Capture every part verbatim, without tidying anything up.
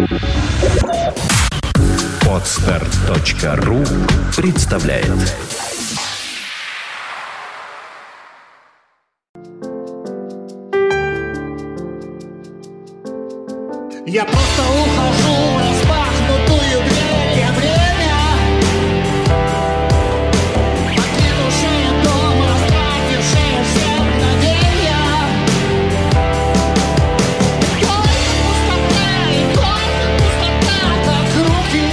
Подстер точка ру представляет. Я просто ухожу в распахнутую дверь, я время покинувшее дом, растратившее все мгновенья. Только пустота и только пустота, как руки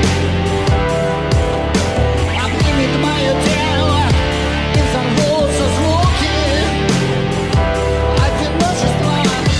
обнимет мое тело и взорвутся звуки одиночества.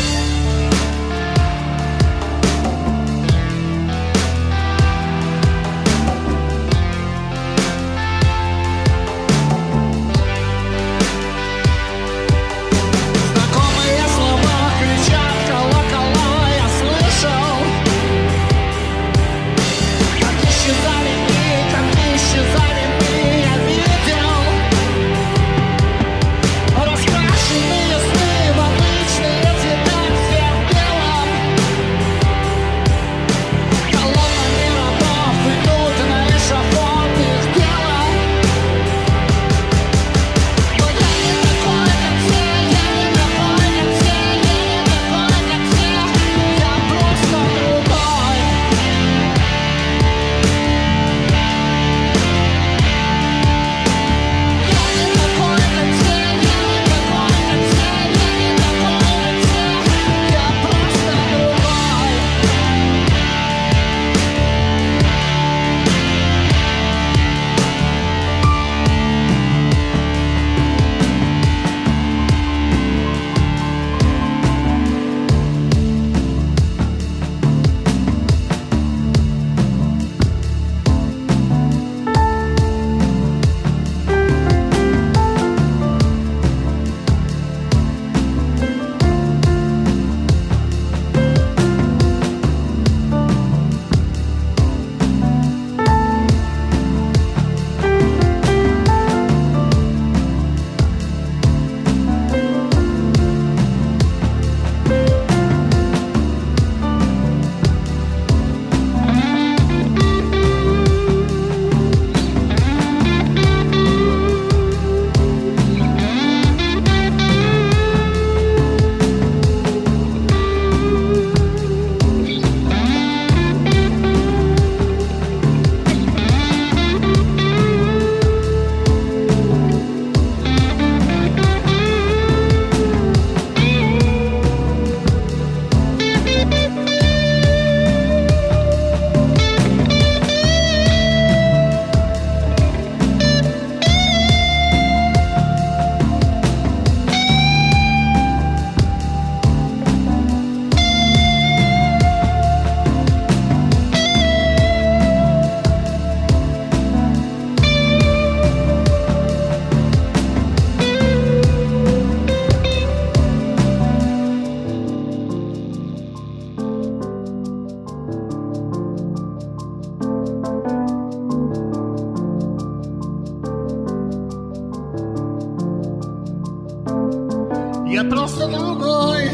Я просто другой,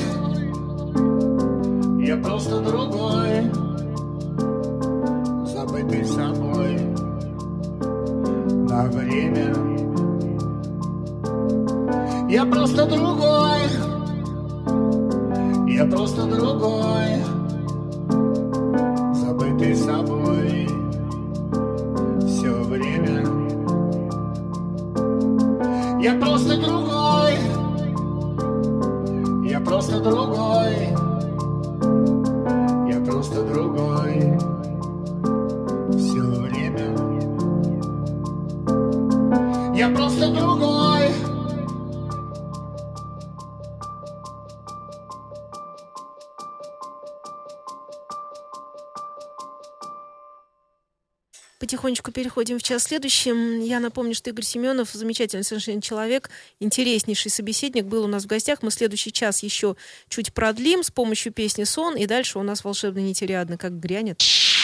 я просто другой, забытый собой на время. Я просто другой, я просто другой, забытый собой все время. Я просто другой, я просто другой, я просто другой все время. Я просто другой. Потихонечку переходим в час следующий. Я напомню, что Игорь Семенов, замечательный совершенно человек, интереснейший собеседник, был у нас в гостях. Мы следующий час еще чуть продлим с помощью песни «Сон», и дальше у нас волшебный нетериадный как грянет.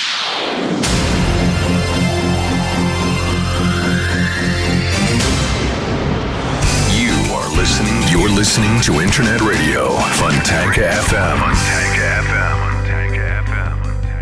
You are listening, you're listening to Internet Radio, Fontanka эф эм. Fontanka эф эм. Fontanka эф эм.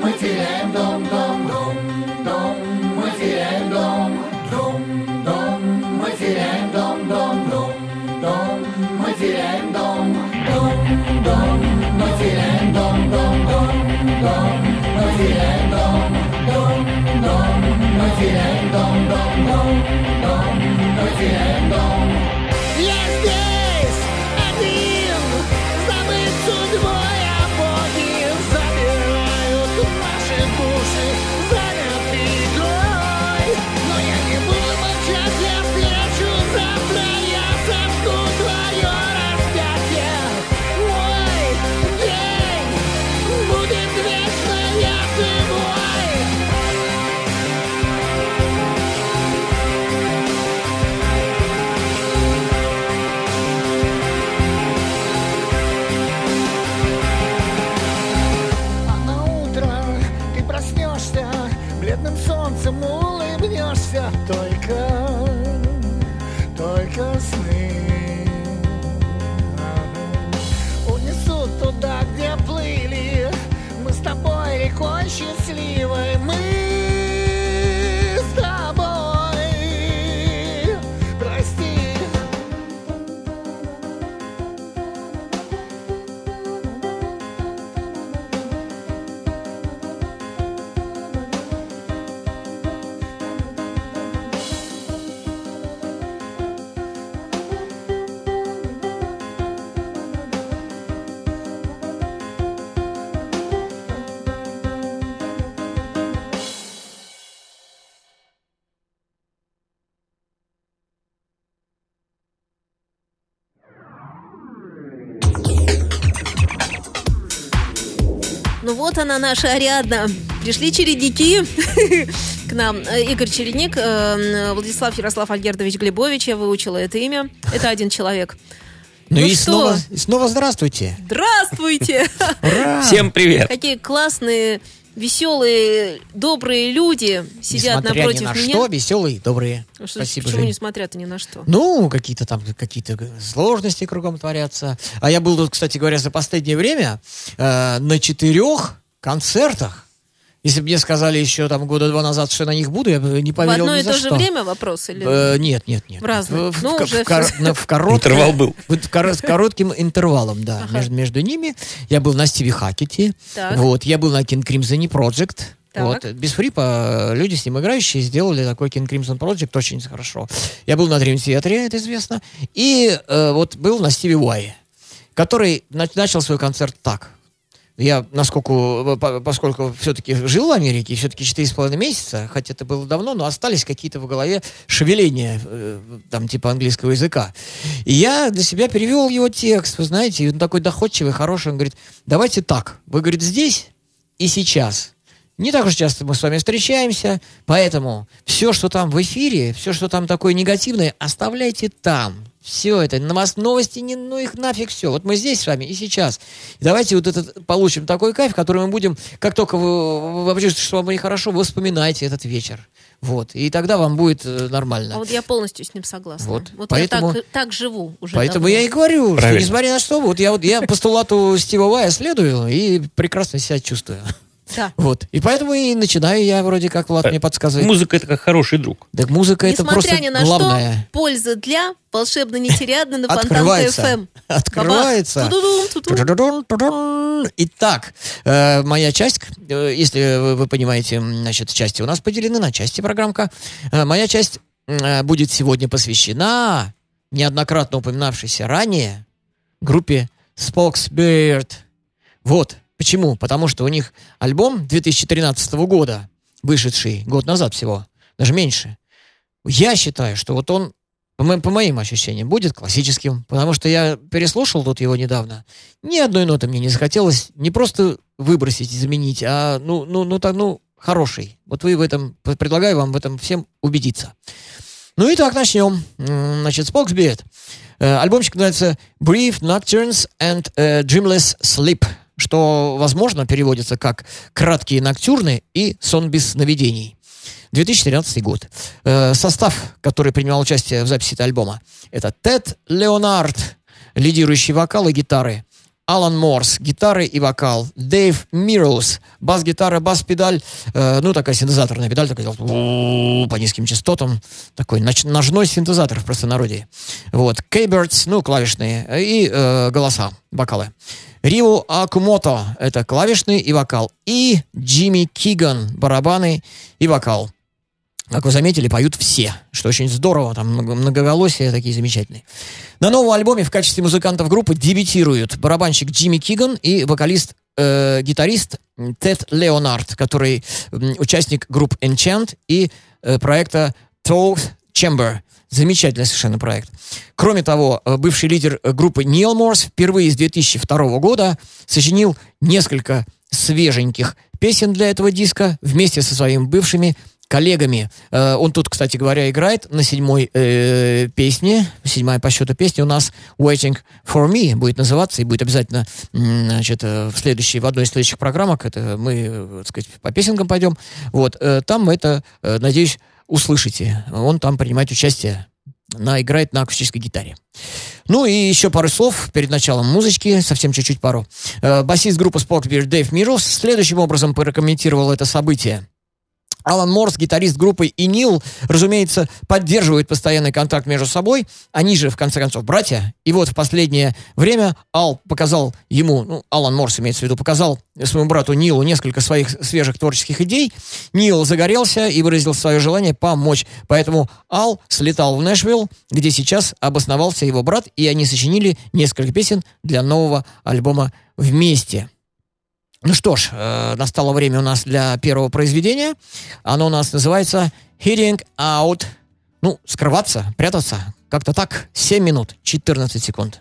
мы теряем дом, дом, дом, дом, мы теряем дом, дом, дом, мы теряем дом, дом, дом, дом, мы теряем дом, дом, дом, мы теряем дом, дом, дом, дом, мы теряем дом, дом, дом, мы теряем дом, дом, дом, дом, мы теряем дом. Я здесь один, забыт судьбой, а боги забирают наши души, заняты игрой. Но я не буду молчать, я встречу завтра, я сожгу твое распятие. Мой день будет вечно, я живой. А на утро ты проснешься, бледным солнцем улыбнешься. Только, только сны унесут туда, где плыли мы с тобой рекой счастливой. Мы с тобой, прости. Ну вот она, наша Ариадна. Пришли чередники к нам. Игорь Чередник, э, Владислав Ярослав Альгердович Глебович. Я выучила это имя. Это один человек. Ну, Ну и что? снова, и снова здравствуйте. Здравствуйте! Ура! Всем привет! Какие классные, веселые, добрые люди сидят Несмотря напротив ни на меня. что, веселые, добрые. Что- Спасибо, Почему Жень. несмотря-то ни на что? Ну, какие-то там какие-то сложности кругом творятся. А я был тут, кстати говоря, за последнее время э, на четырех концертах. Если бы мне сказали еще там года два назад, что я на них буду, я бы не В поверил одно ни и за то же что. время вопрос? Или... Э, нет, нет, нет. В разные. В, Ну, в- уже в кор- всё. на- в коротком- Интервал был. вот в кор- с коротким интервалом, да, Ага. между, между ними. Я был на Стиви Хакете, Так. вот, я был на King Crimson Project. Так. Вот, без фрипа люди с ним играющие сделали такой King Crimson Project очень хорошо. Я был на Dream Theater, это известно, и э, вот был на Стиви Уайе, который на- начал свой концерт так. Я, насколько, по- поскольку все-таки жил в Америке, все-таки четыре с половиной месяца, хотя это было давно, но остались какие-то в голове шевеления, э, там, типа английского языка. И я для себя перевел его текст, вы знаете, и он такой доходчивый, хороший, он говорит, давайте так, вы, говорит, здесь и сейчас. Не так уж часто мы с вами встречаемся, поэтому все, что там в эфире, все, что там такое негативное, оставляйте там. Все это, на вас новости, не, ну их нафиг все. Вот мы здесь с вами и сейчас. И давайте вот этот получим такой кайф, который мы будем, как только вы, вы почувствуете, что вам нехорошо, вы вспоминаете этот вечер. Вот. И тогда вам будет э, нормально. А вот я полностью с ним согласна. Вот. Вот, Поэтому- я так, так живу уже Поэтому давно. я и говорю, что Правильно. несмотря на что, вот я, вот, я постулату Стива Вая следую и прекрасно себя чувствую. Да. Вот. И поэтому и начинаю я вроде как, Влад мне подсказывает. Музыка — это как хороший друг. Так музыка это Несмотря просто ни на главное. что, польза для волшебно нетерядно на Фонтанка Открывается. эф эм. Открывается. Бабах. Ту-ду-дум, ту-ду. Ту-ду-дун, ту-дун. Итак, э, моя часть, э, если вы, вы понимаете, м, значит, части у нас поделены на части программка. Э, моя часть э, будет сегодня посвящена неоднократно упоминавшейся ранее группе Spokesbeard. Вот. Почему? Потому что у них альбом две тысячи тринадцатого года, вышедший год назад всего, даже меньше. Я считаю, что вот он, по, мо- по моим ощущениям, будет классическим, потому что я переслушал тут его недавно. Ни одной ноты мне не захотелось не просто выбросить и заменить, а ну, ну, ну, так, ну, хороший. Вот вы в этом, предлагаю вам в этом всем убедиться. Ну и так, начнем. М, Значит, Spokesbeard. Э, Альбомчик называется Brief Nocturnes and э, Dreamless Sleep, что, возможно, переводится как «краткие ноктюрны» и «сон без сновидений». две тысячи тринадцатый год. Э, состав, который принимал участие в записи этого альбома, это Тед Леонард, лидирующий вокал и гитары, Алан Морс, гитары и вокал. Дэйв Мирроуз, бас-гитара, бас-педаль, э, ну, такая синтезаторная педаль, такая по низким частотам, такой ноч- ножной синтезатор в простонародье. Вот. Кейбердс, ну, клавишные, и э, голоса, вокалы. Рио Акумото, это клавишный и вокал. И Джимми Киган, барабаны и вокал. Как вы заметили, поют все, что очень здорово, там многоголосие такие замечательные. На новом альбоме в качестве музыкантов группы дебютируют барабанщик Джимми Киган и вокалист, э, гитарист Тед Леонард, который э, участник групп Enchant и э, проекта Thought Chamber. Замечательный совершенно проект. Кроме того, бывший лидер группы Нил Морс впервые с две тысячи второго года сочинил несколько свеженьких песен для этого диска вместе со своими бывшими коллегами. Э, он тут, кстати говоря, играет на седьмой э, песне, седьмая по счету песня у нас «Waiting for Me» будет называться, и будет обязательно, значит, в следующей, в одной из следующих программок, это мы, так сказать, по песенкам пойдем. Вот, э, там мы это, э, надеюсь, услышите. Он там принимает участие, на, играет на акустической гитаре. Ну и еще пару слов перед началом музычки, совсем чуть-чуть пару. Э, басист группы Spokesbeard Дэйв Мирроуз следующим образом прокомментировал это событие. Алан Морс, гитарист группы, и Нил, разумеется, поддерживают постоянный контакт между собой. Они же, в конце концов, братья. И вот в последнее время Ал показал ему, ну, Алан Морс имеется в виду, показал своему брату Нилу несколько своих свежих творческих идей. Нил загорелся и выразил свое желание помочь. Поэтому Ал слетал в Нэшвилл, где сейчас обосновался его брат, и они сочинили несколько песен для нового альбома вместе. Ну что ж, э, настало время у нас для первого произведения. Оно у нас называется «Hiding Out». Ну, скрываться, прятаться. Как-то так. семь минут, четырнадцать секунд.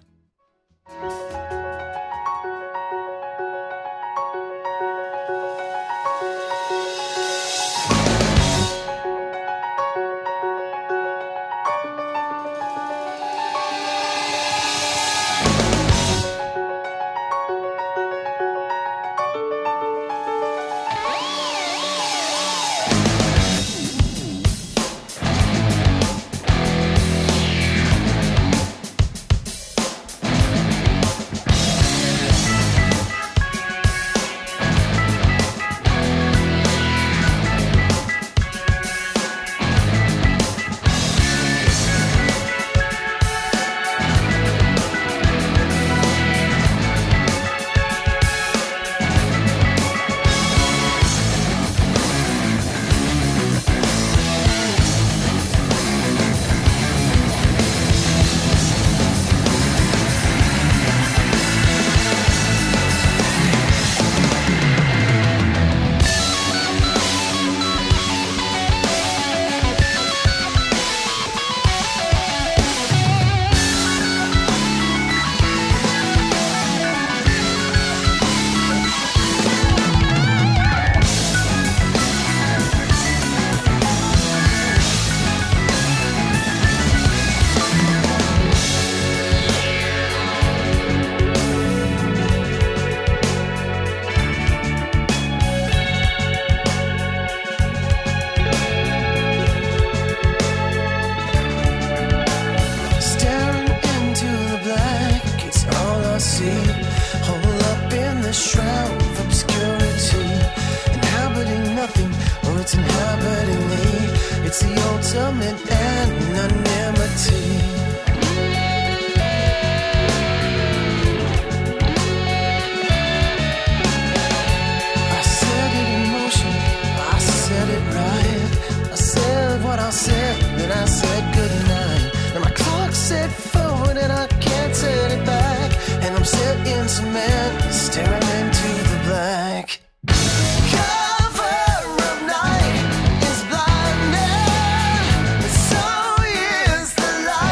So is the light.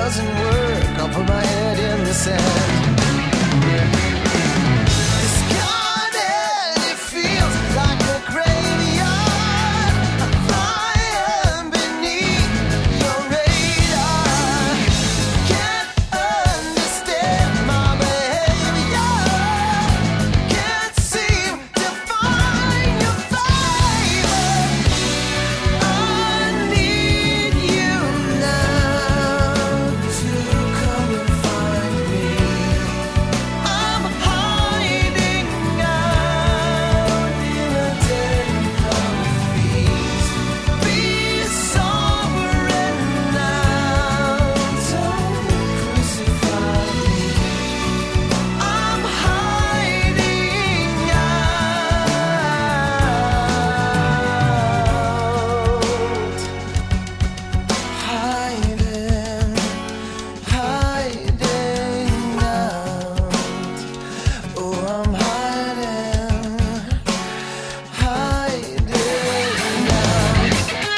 doesn't work, I'll put my head in the sand. Discarded, it feels like a graveyard. I'm flying beneath your radar. Can't understand my behavior. Can't seem to find your favor. I need you now to come and find me. I'm hiding out in a den of thieves. Be sovereign now, don't crucify me. I'm hiding out. Hiding, hiding out. Oh, I'm hiding, hiding out.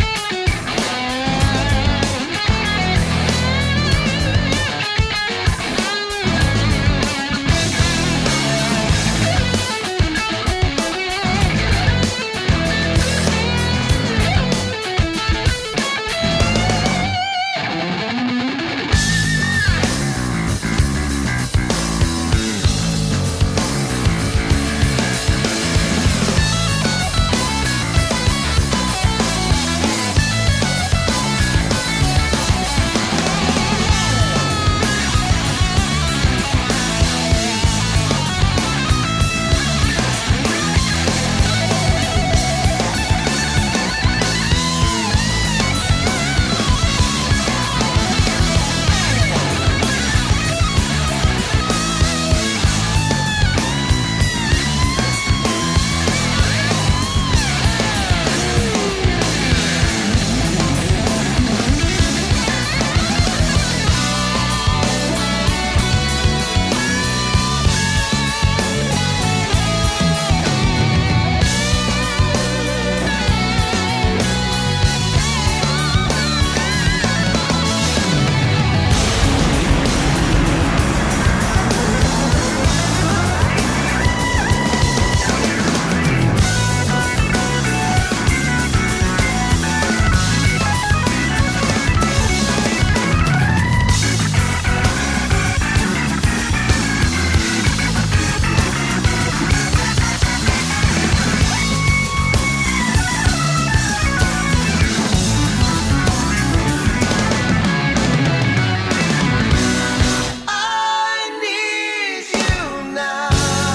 I need you now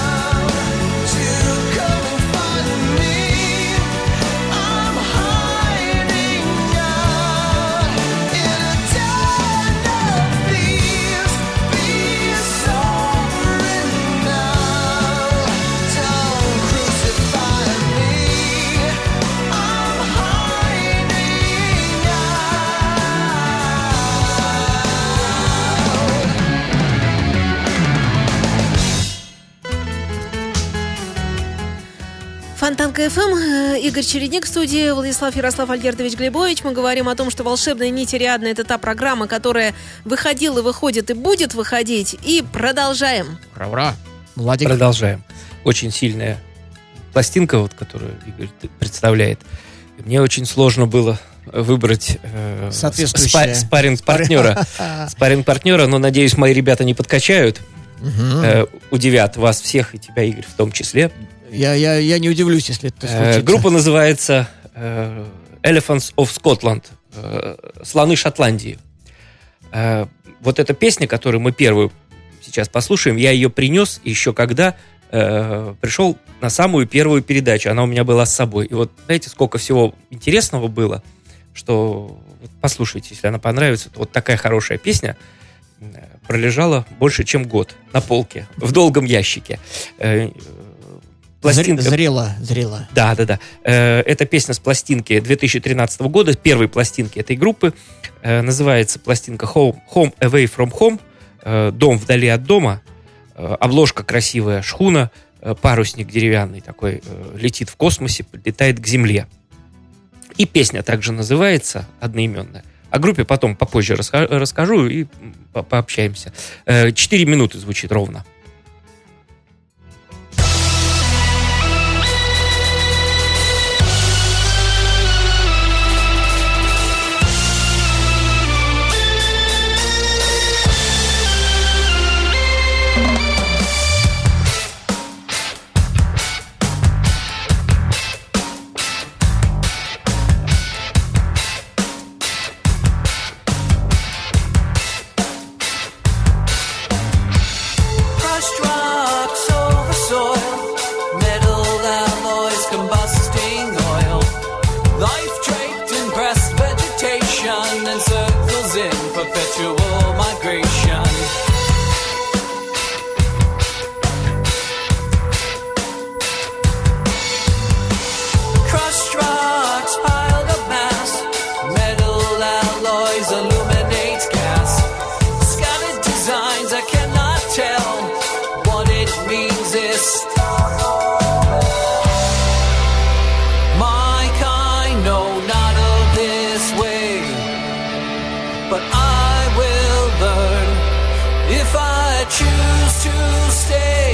to come and find me. I'm hiding out in a den of thieves. Be sovereign now, don't crucify me. I'm hiding out. Фонтанка эф эм, э, Игорь Чередник в студии, Владислав Ярослав Альгердович Глебович. Мы говорим о том, что «Волшебная нить Ариадны» — это та программа, которая выходила, выходит и будет выходить. И продолжаем. Ура-ура! Владик. Продолжаем. Очень сильная пластинка, вот, которую Игорь представляет. Мне очень сложно было выбрать э, Соответствующее. спа- спарринг-партнера. Спарринг-партнера, но, надеюсь, мои ребята не подкачают, э, удивят вас всех, и тебя, Игорь, в том числе. Я, я, я не удивлюсь, если это случится. Э, группа называется э, Elephants of Scotland, э, слоны Шотландии. Э, вот эта песня, которую мы первую сейчас послушаем, я ее принес еще когда э, пришел на самую первую передачу. Она у меня была с собой. И вот знаете, сколько всего интересного было, что вот послушайте, если она понравится, то вот такая хорошая песня пролежала больше, чем год на полке, в долгом ящике. Э, Пластинка... Зрело, зрело. Да, да, да. Э, это песня с пластинки две тысячи тринадцатого года, первой пластинки этой группы. Э, называется пластинка Home, Home Away from Home, э, Дом вдали от дома. Э, обложка красивая, шхуна, э, парусник деревянный такой, э, летит в космосе, подлетает к земле. И песня также называется, одноименная, О группе потом попозже раска- расскажу и по- пообщаемся. Э, Четыре минуты звучит ровно. Crushed rocks over soil, metal alloys, combusting oil. Life draped in breast vegetation and circles in perpetual migration. Crushed rocks piled up mass, metal alloys illuminate gas. Scattered designs I cannot tell what it means. This my kind know not of this way, but I will learn if I choose to stay.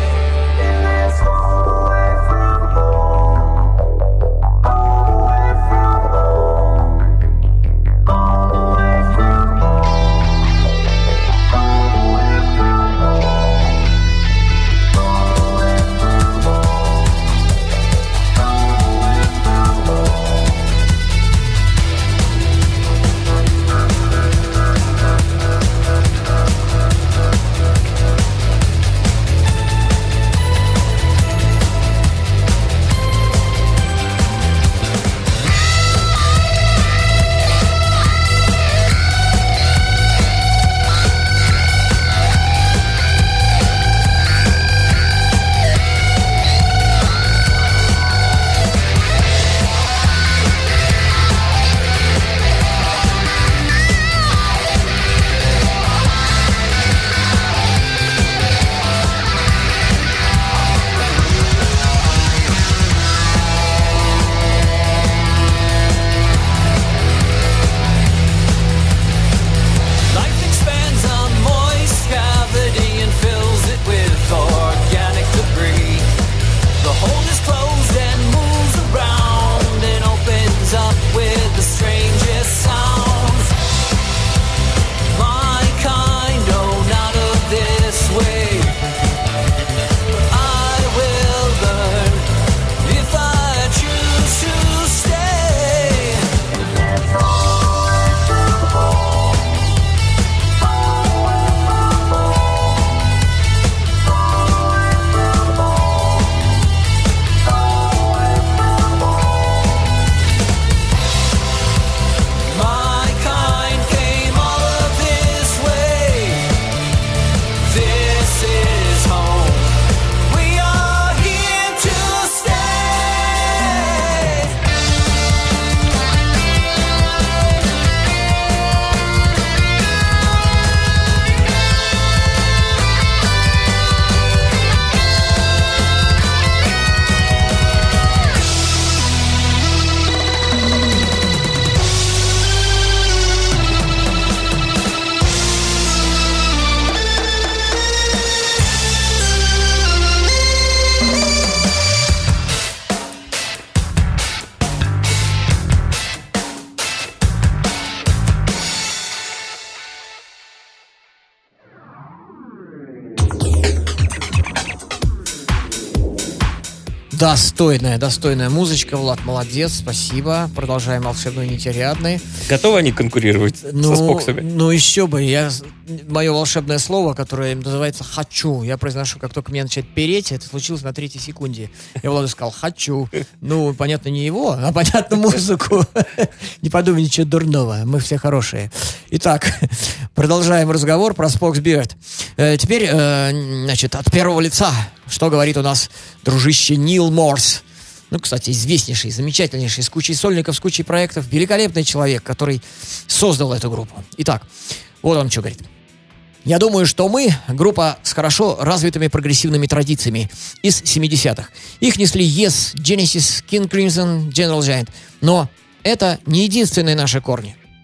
Life expands on moist cavity and fills it with organic debris. The hole is closed and moves around and opens up with the strangest sounds. My kind know not of this way, but I will learn if I choose to stay. My kind came all of this way. This is home. We are here to stay. Достойная, достойная музычка. Влад, молодец, спасибо. Продолжаем волшебную нить Ариадны. Готовы они конкурировать Ну, со Споксами? ну еще бы. Я, мое волшебное слово, которое называется «хочу», я произношу, как только меня начинает переть. Это случилось на третьей секунде. Я Владу сказал «хочу». Ну, понятно, не его, а понятно, музыку. Не подумай ничего дурного. Мы все хорошие. Итак, продолжаем разговор про Спокс Бирд. Теперь, э, значит, от первого лица, что говорит у нас дружище Нил Морс. Ну, кстати, известнейший, замечательнейший, с кучей сольников, с кучей проектов, великолепный человек, который создал эту группу. Итак, вот он что говорит. Я думаю, что мы группа с хорошо развитыми прогрессивными традициями из семидесятых. Их несли Yes, Genesis, King Crimson, General Giant. Но это не единственные наши корни.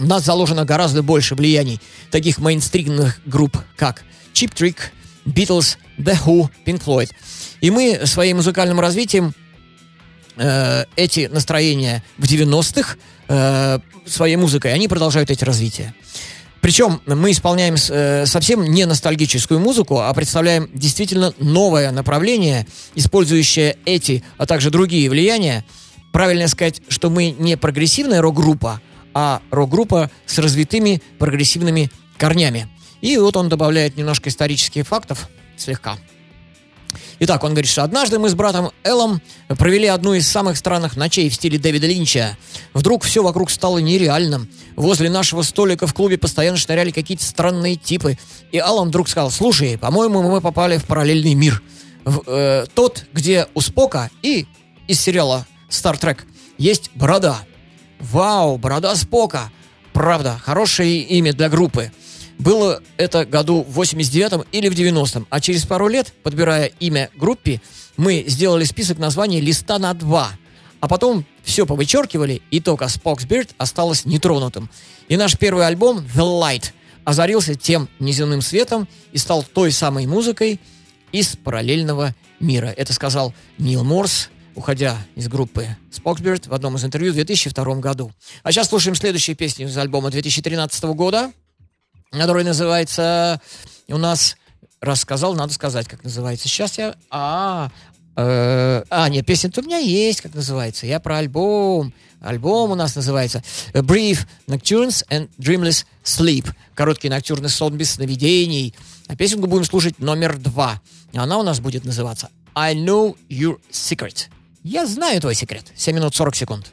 в нас заложено гораздо больше влияний таких мейнстримных групп, как Cheap Trick, Beatles, The Who, Pink Floyd. И мы своим музыкальным развитием э, эти настроения в девяностых э, своей музыкой, они продолжают эти развития. Причем мы исполняем э, совсем не ностальгическую музыку, а представляем действительно новое направление, использующее эти, а также другие влияния. Правильно сказать, что мы не прогрессивная рок-группа, а рок-группа с развитыми прогрессивными корнями. И вот он добавляет немножко исторических фактов, слегка. Итак, он говорит, что однажды мы с братом Эллом провели одну из самых странных ночей в стиле Дэвида Линча. Вдруг все вокруг стало нереальным. Возле нашего столика в клубе постоянно шныряли какие-то странные типы. И Аллан вдруг сказал: слушай, по-моему, мы попали в параллельный мир. В, э, тот, где у Спока и из сериала Star Trek есть борода. Вау, борода Спока. Правда, хорошее имя для группы. Было это году в восемьдесят девятом или в девяностом, а через пару лет, подбирая имя группе, мы сделали список названий листа на два, а потом все повычеркивали, и только Spock's Beard осталось нетронутым. И наш первый альбом The Light озарился тем неземным светом и стал той самой музыкой из параллельного мира. Это сказал Нил Морс, уходя из группы Spock's Beard в одном из интервью в две тысячи втором году. А сейчас слушаем следующую песню из альбома две тысячи тринадцатого года, который называется у нас... Рассказал, надо сказать, как называется. Сейчас я... А, э, а нет, песня-то у меня есть, как называется. Я про альбом. Альбом у нас называется Brief Nocturnes and Dreamless Sleep. Короткий ноктюрный сон без сновидений. А песенку будем слушать номер два. Она у нас будет называться I Know Your Secret. Я знаю твой секрет. семь минут сорок секунд.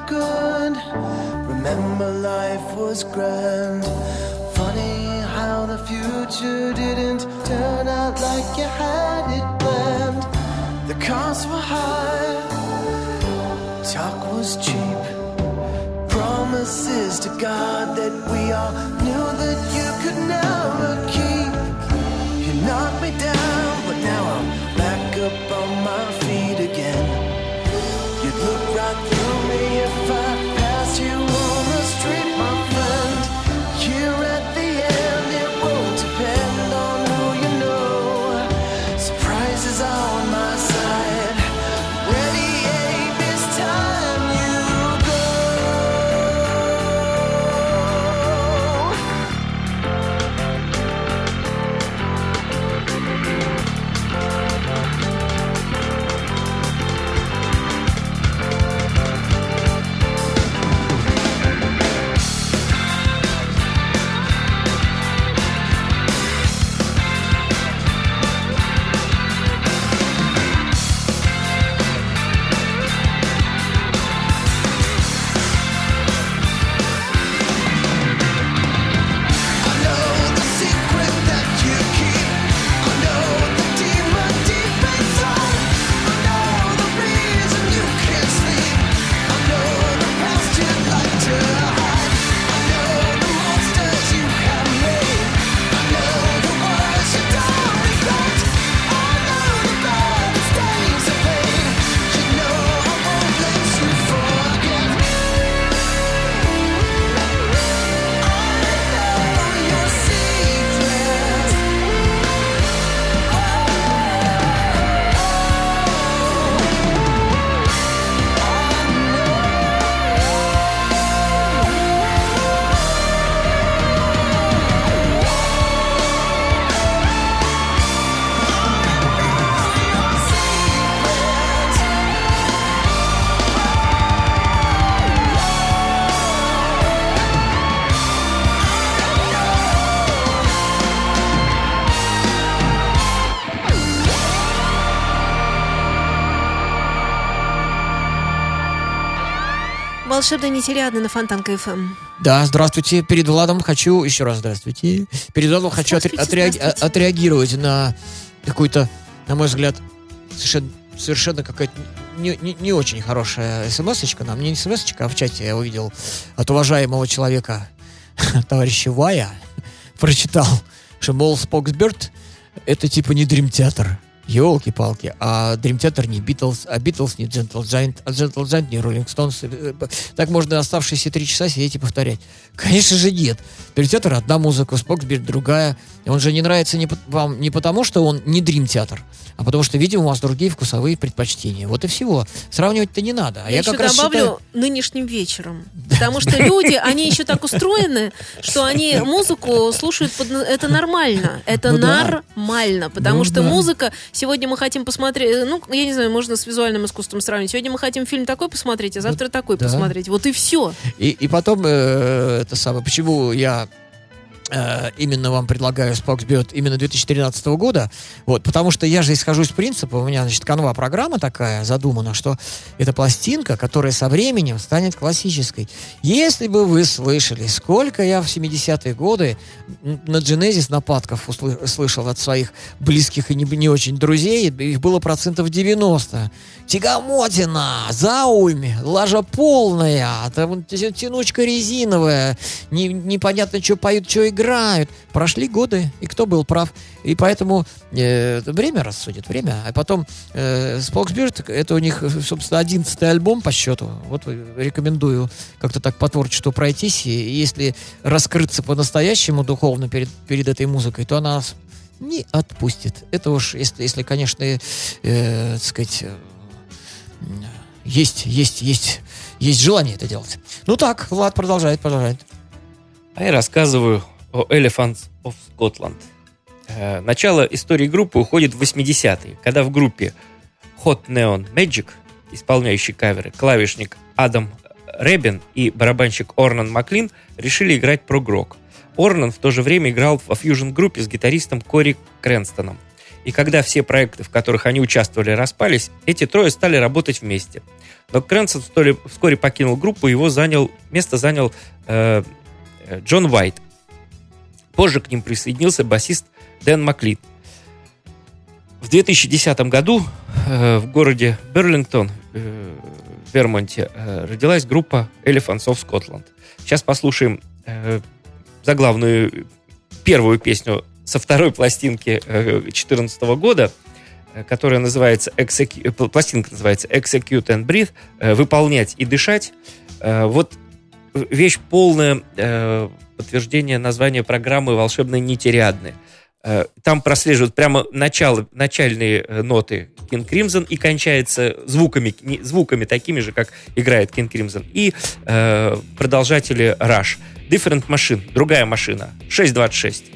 good. Remember life was grand. Funny how the future didn't turn out like you had it planned. The costs were high, talk was cheap. Promises to God that we all knew that you could never keep. You knocked me down, but now I'm back up on my feet again. You'd look right through me if I passed you on the street, my friend. Here at the end, it won't depend on who you know. Surprises on my side. Ready, aim, this time you go. Волшебная неделя на Фонтанка эф эм. Да, здравствуйте. Перед Владом хочу... Еще раз здравствуйте. Перед Владом хочу отре- отреаги- здравствуйте. отреагировать на какую-то, на мой взгляд, совершенно, совершенно какая-то не, не, не очень хорошая смс-очка. Нам не смс-очка, а в чате я увидел от уважаемого человека, товарища Вая, прочитал, что, мол, Споксберт — это типа не Дрим-театр. Ёлки-палки, а Dream Theater не Beatles, а Beatles не Gentle Giant, а Gentle Giant не Rolling Stones. Так можно оставшиеся три часа сидеть и повторять. Конечно же нет. Dream Theater одна музыка, Споксберт другая. И он же не нравится не, вам не потому, что он не Dream Theater, а потому что, видимо, у вас другие вкусовые предпочтения. Вот и всего. Сравнивать-то не надо. А я, я еще как раз добавлю считаю... нынешним вечером. Потому что люди, они еще так устроены, что они музыку слушают под... Это нормально. Это Ну да. нормально. Потому Ну что да. музыка... Сегодня мы хотим посмотреть... Ну, я не знаю, можно с визуальным искусством сравнить. Сегодня мы хотим фильм такой посмотреть, а завтра такой да. посмотреть. Вот и все. И, и потом, э, это самое, почему я э, именно вам предлагаю Споксберт именно две тысячи тринадцатого года, вот, потому что я же исхожу из принципа, у меня, значит, канва программа такая задумана, что это пластинка, которая со временем станет классической. Если бы вы слышали, сколько я в семидесятые годы на Genesis нападков услы- слышал от своих близких и не, не очень друзей, их было процентов девяносто. Тягомотина, Заульм, лажа полная, там тянучка резиновая, не, непонятно, что поют, что играют. Прошли годы, и кто был прав. И поэтому э, время рассудит, время. А потом э, Споксберт, это у них, собственно, одиннадцатый альбом по счету. Вот рекомендую как-то так по творчеству пройтись. И если раскрыться по-настоящему духовно перед, перед этой музыкой, то она нас не отпустит. Это уж, если, если конечно, э, э, так сказать... Э, Есть, есть, есть, есть желание это делать. Ну так, Влад продолжает, продолжает. А я рассказываю о Elephants of Scotland. Э, Начало истории группы уходит в восьмидесятые, когда в группе Hot Neon Magic, исполняющий каверы, клавишник Адам Ребин и барабанщик Орнан Маклин решили играть прог-рок. Орнан в то же время играл во фьюжн-группе с гитаристом Кори Крэнстоном. И когда все проекты, в которых они участвовали, распались, эти трое стали работать вместе. Но Крэнсон вскоре, вскоре покинул группу, его занял, место занял э, Джон Уайт. Позже к ним присоединился басист Дэн Маклин. В две тысячи десятом году э, в городе Берлингтон, э, в Вермонте, э, родилась группа Elephants of Scotland. Сейчас послушаем э, заглавную первую песню со второй пластинки две тысячи четырнадцатого года, э, которая называется Execu- пластинка называется Execute and Breathe, э, выполнять и дышать. Э, вот вещь полная, э, подтверждение названия программы «Волшебные нити Ариадны». Там прослеживают прямо начало, начальные ноты King Crimson и кончается звуками, звуками такими же, как играет King Crimson. И э, продолжатели Rush. Different Machine, другая машина, шесть двадцать шесть.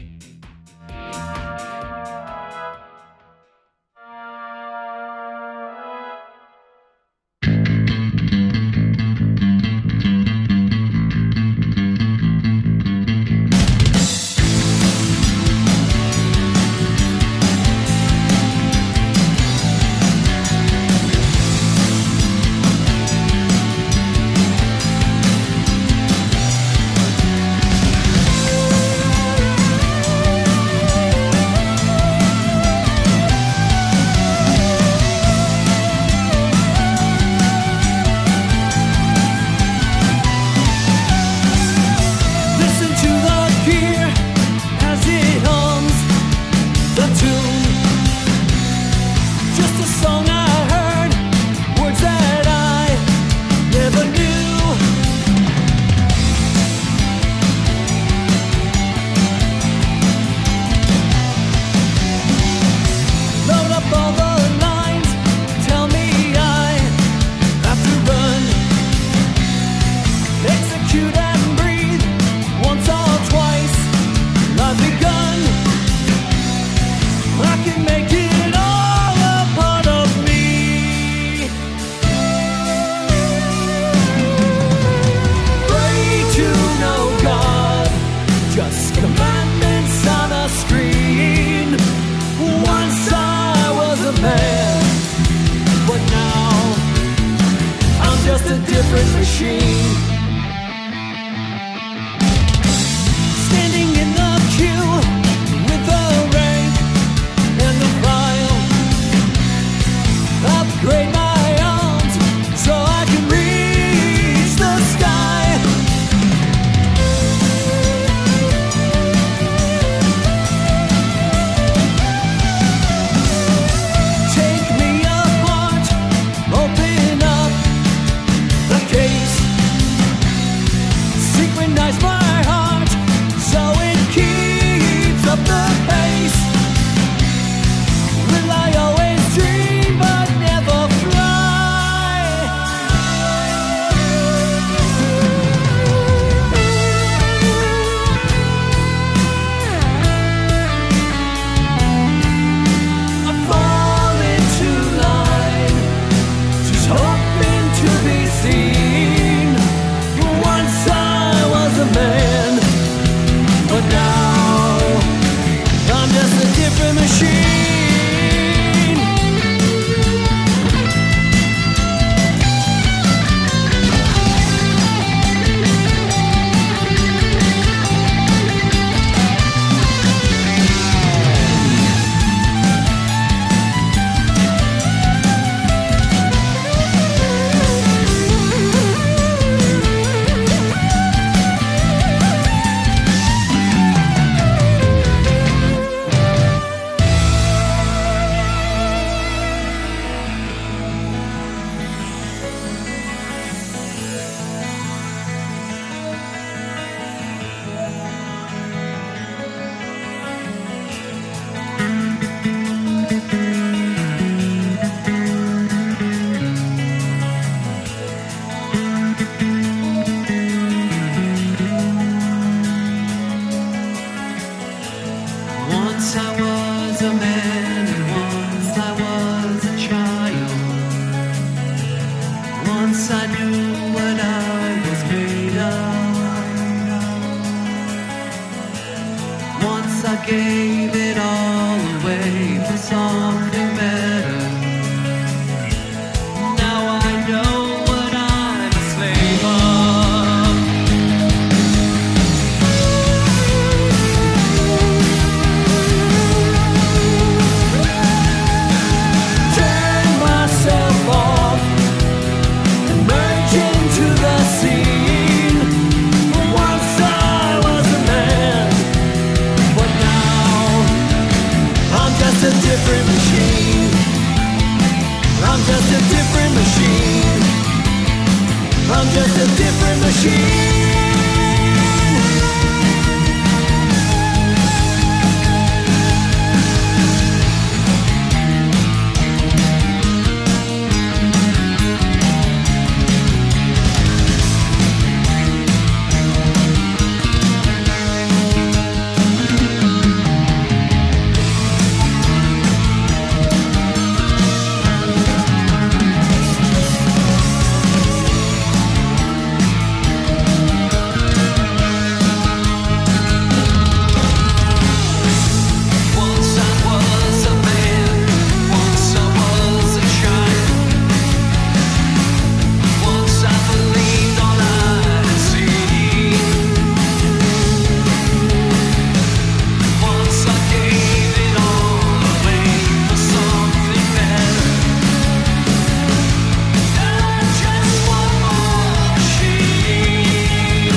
I gave it all way for something better. Now I know what I'm a slave of. Turn myself off and merge into the scene. Once I was a man, but now I'm just a different machine. I'm just a different machine. I'm just a different machine. Once I was a man, once I was a child. Once I believed all I had seen. Once I gave it all away for something better. Now I'm just one more machine.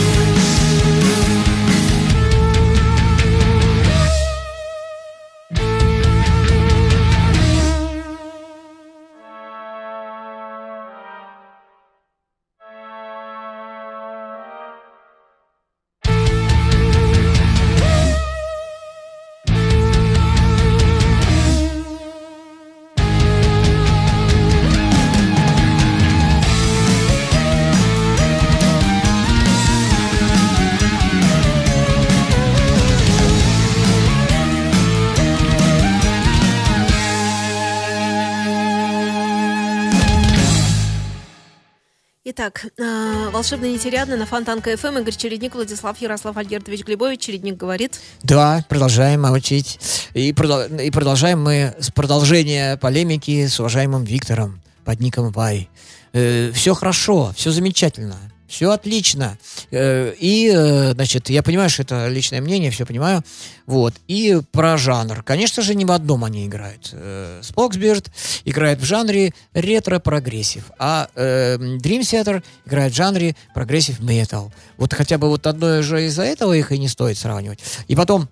Итак, э, волшебно нетерядно на Фонтанка эф эм. Игорь Чередник, Владислав Ярослав Альгертович Глебович. Чередник говорит. Да, продолжаем учить. И, продол- и продолжаем мы с продолжения полемики с уважаемым Виктором под ником Вай. Э, все хорошо, все замечательно, все отлично. Э, и, э, значит, я понимаю, что это личное мнение, все понимаю. Вот. И про жанр. Конечно же, не в одном они играют. Э, Spokesbeard играет в жанре ретро-прогрессив, а э, Dream Theater играет в жанре прогрессив-метал. Вот хотя бы вот одно же из-за этого их и не стоит сравнивать. И потом,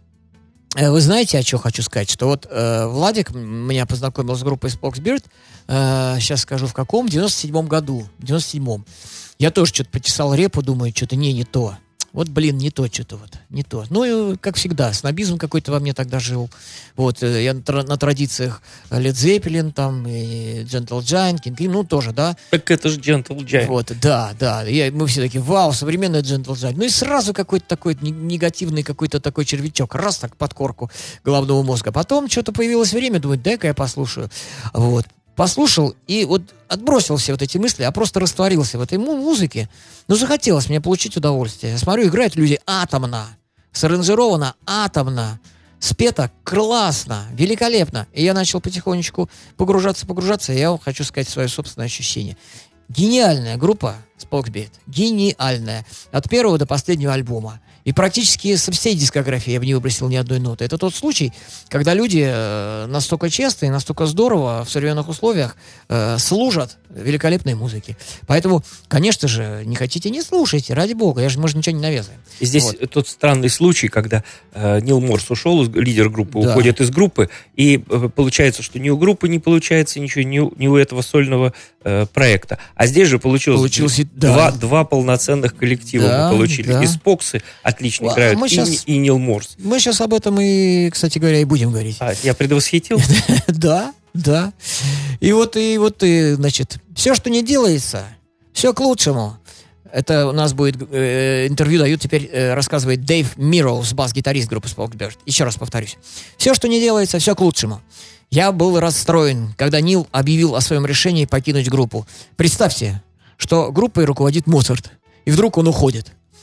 э, вы знаете, о чем хочу сказать? Что вот э, Владик меня познакомил с группой Spokesbeard, э, сейчас скажу в каком, в девяносто седьмом году. В девяносто седьмом. Я тоже что-то почесал репу, думаю, что-то не, не то. Вот, блин, не то что-то вот, не то. Ну, и, как всегда, снобизм какой-то во мне тогда жил. Вот, э, я на, тр- на традициях Led Zeppelin, там, и Gentle Giant, King Crimson, ну, тоже, да. Так это же Gentle Giant. Вот, да, да. Я, мы все такие, вау, современный Gentle Giant. Ну, и сразу какой-то такой не- негативный какой-то такой червячок, раз так под корку головного мозга. Потом что-то появилось время, думаю, дай-ка я послушаю. Вот. Послушал и вот отбросил все вот эти мысли, а просто растворился в этой му- музыке. Ну, захотелось мне получить удовольствие. Я смотрю, играют люди атомно, саранжировано атомно, спето классно, великолепно. И я начал потихонечку погружаться, погружаться, и я вам хочу сказать свое собственное ощущение. Гениальная группа Spokesbeard. Гениальная. От первого до последнего альбома. И практически со всей дискографии я бы не выбросил ни одной ноты. Это тот случай, когда люди э, настолько честно и настолько здорово в современных условиях э, служат великолепной музыке. Поэтому, конечно же, не хотите, не слушайте, ради бога. Я же, мы же ничего не навязываем. И здесь Вот. тот странный случай, когда э, Нил Морс ушел, лидер группы, Да. уходит из группы, и э, получается, что ни у группы не получается ничего, ни у, ни у этого сольного э, проекта. А здесь же получилось Получился, два, да. два полноценных коллектива Да, мы получили. да. И Споксы отлично А играют, мы и, щас- и Нил Морс. Мы сейчас об этом и, кстати говоря, и будем говорить. А, я предвосхитил? Да, да. И вот, и вот, и, значит, все, что не делается, все к лучшему. Это у нас будет э, интервью дают теперь, э, рассказывает Дэйв Мирроуз, бас-гитарист группы Spokesbeard. Еще раз повторюсь. Все, что не делается, все к лучшему. Я был расстроен, когда Нил объявил о своем решении покинуть группу. Представьте, что группой руководит Моцарт, и вдруг он уходит.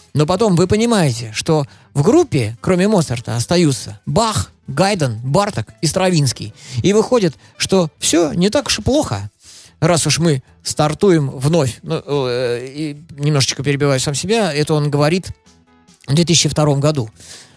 Но потом вы понимаете, что в группе, кроме Моцарта, остаются Бах, Гайден, Барток и Стравинский. И выходит, что все не так уж и плохо. Раз уж мы стартуем вновь, ну, э, и немножечко перебиваю сам себя, это он говорит в две тысячи втором году.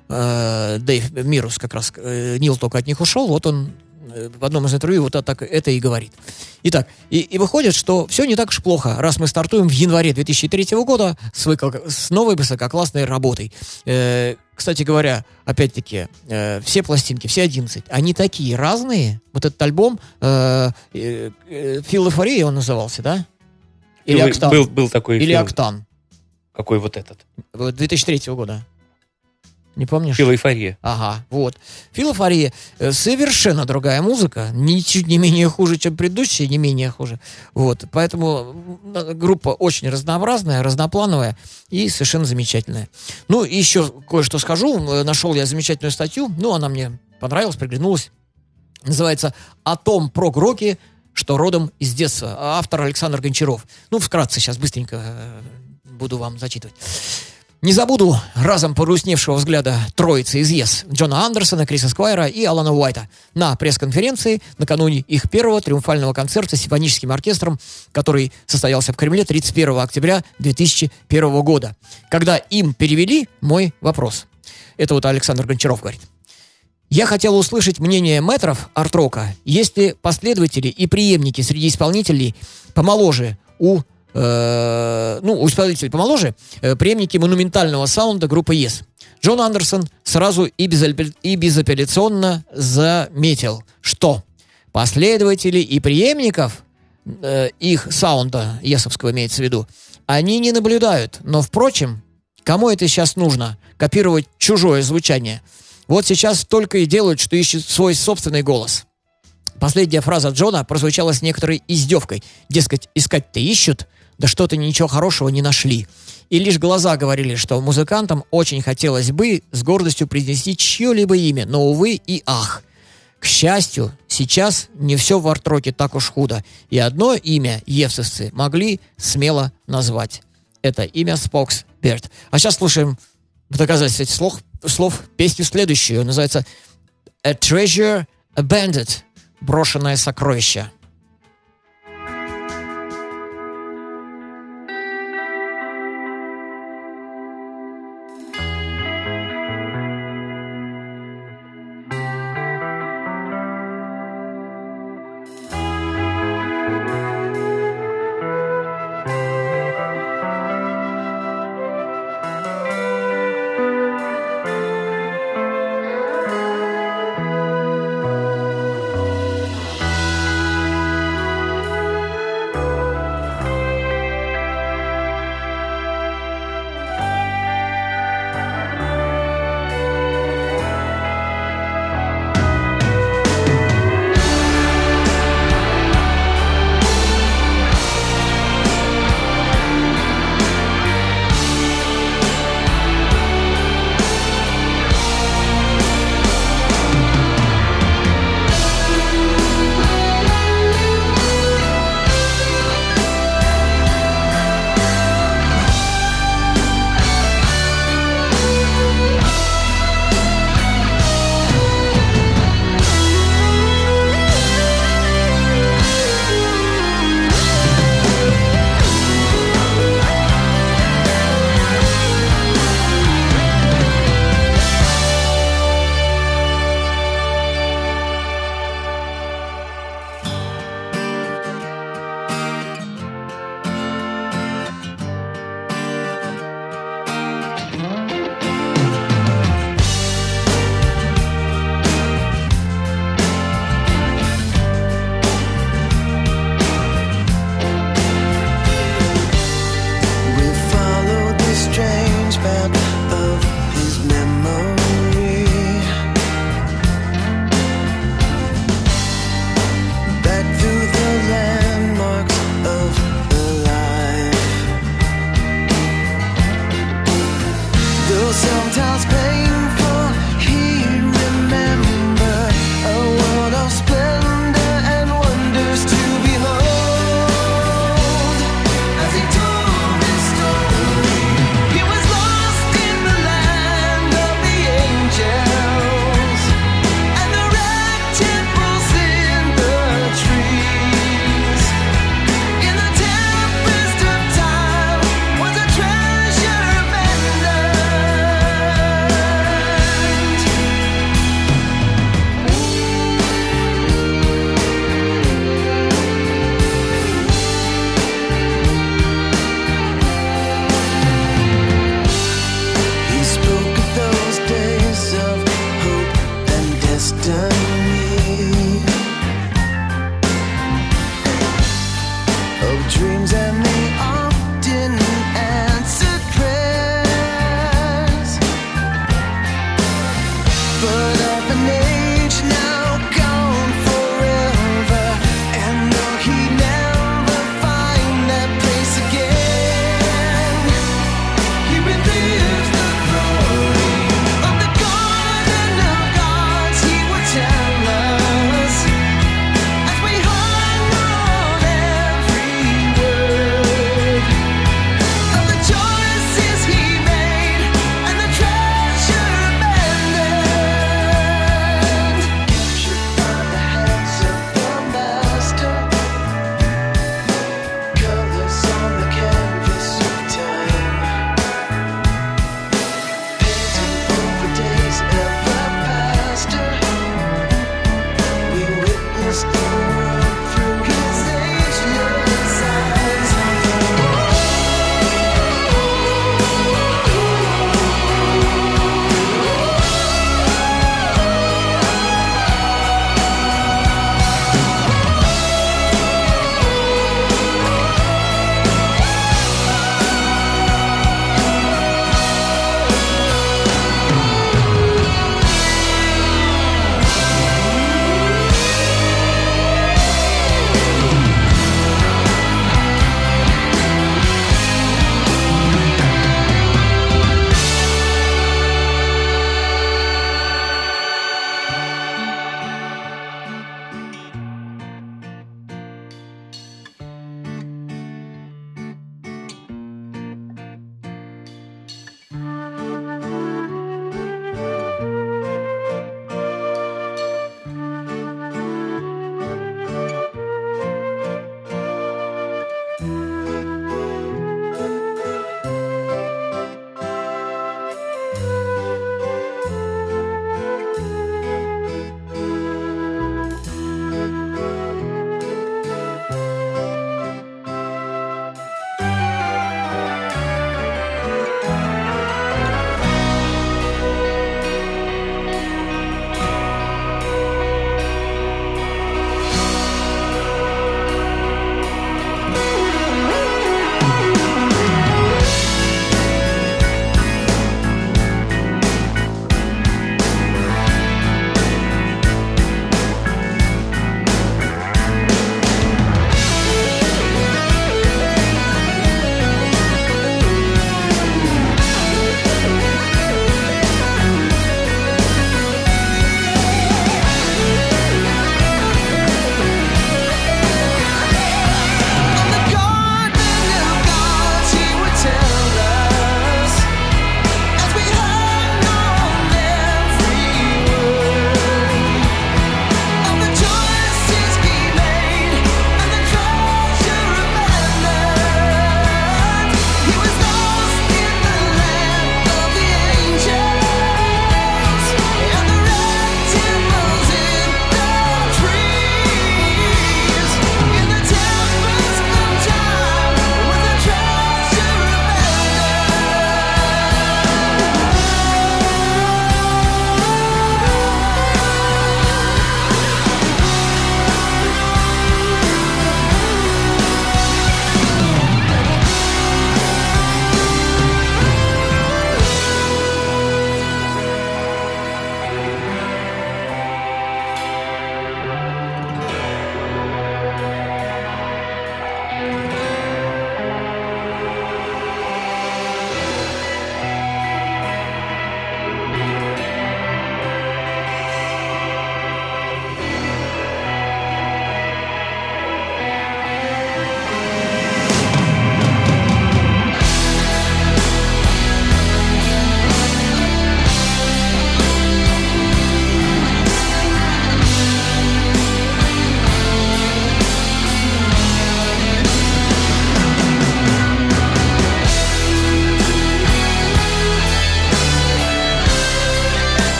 Э, Дэйв Мирус как раз, э, Нил только от них ушел, вот он э, в одном из интервью вот так это и говорит. Итак, и, и выходит, что все не так уж плохо, раз мы стартуем в январе две тысячи третьего года с, выко- с новой высококлассной работой. Э, кстати говоря, опять-таки, э, все пластинки, все одиннадцать, они такие разные. Вот этот альбом э, э, э, «Фил Эйфория» он назывался, да? Или Был- «Октан». Был, был такой Или фильм. «Октан». Какой вот этот? Вот две тысячи третьего года. Не помнишь? Филоэйфория. Ага, вот. «Филофория» — совершенно другая музыка, ничуть не менее хуже, чем предыдущая, не менее хуже. Вот, поэтому группа очень разнообразная, разноплановая и совершенно замечательная. Ну, и еще кое-что скажу. Нашел я замечательную статью, ну, она мне понравилась, приглянулась. Называется «О том прог-роке, что родом из детства». Автор Александр Гончаров. Ну, вкратце сейчас быстренько э, буду вам зачитывать. Не забуду разом порустневшего взгляда троицы из Yes, Джона Андерсона, Криса Сквайра и Алана Уайта на пресс-конференции накануне их первого триумфального концерта с симфоническим оркестром, который состоялся в Кремле тридцать первого октября две тысячи первого года, когда им перевели мой вопрос. Это вот Александр Гончаров говорит. Я хотел услышать мнение мэтров арт-рока, есть ли последователи и преемники среди исполнителей помоложе у Э, ну, у исполнителей помоложе, э, преемники монументального саунда группы Yes. Джон Андерсон сразу и, безапелля- и безапелляционно заметил, что последователей и преемников э, их саунда, есовского имеется в виду, они не наблюдают. Но, впрочем, кому это сейчас нужно? Копировать чужое звучание. Вот сейчас только и делают, что ищут свой собственный голос. Последняя фраза Джона прозвучала с некоторой издевкой. Дескать, искать-то ищут, да что-то ничего хорошего не нашли. И лишь глаза говорили, что музыкантам очень хотелось бы с гордостью произнести чье-либо имя, но, увы и ах. К счастью, сейчас не все в арт-роке так уж худо, и одно имя евсовцы могли смело назвать. Это имя Спокс Берт. А сейчас слушаем в доказательство этих слов, слов песню следующую. Называется «A Treasure Abandoned». Брошенное сокровище. Thank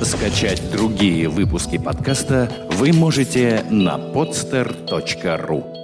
Скачать другие выпуски подкаста вы можете на podster точка ру.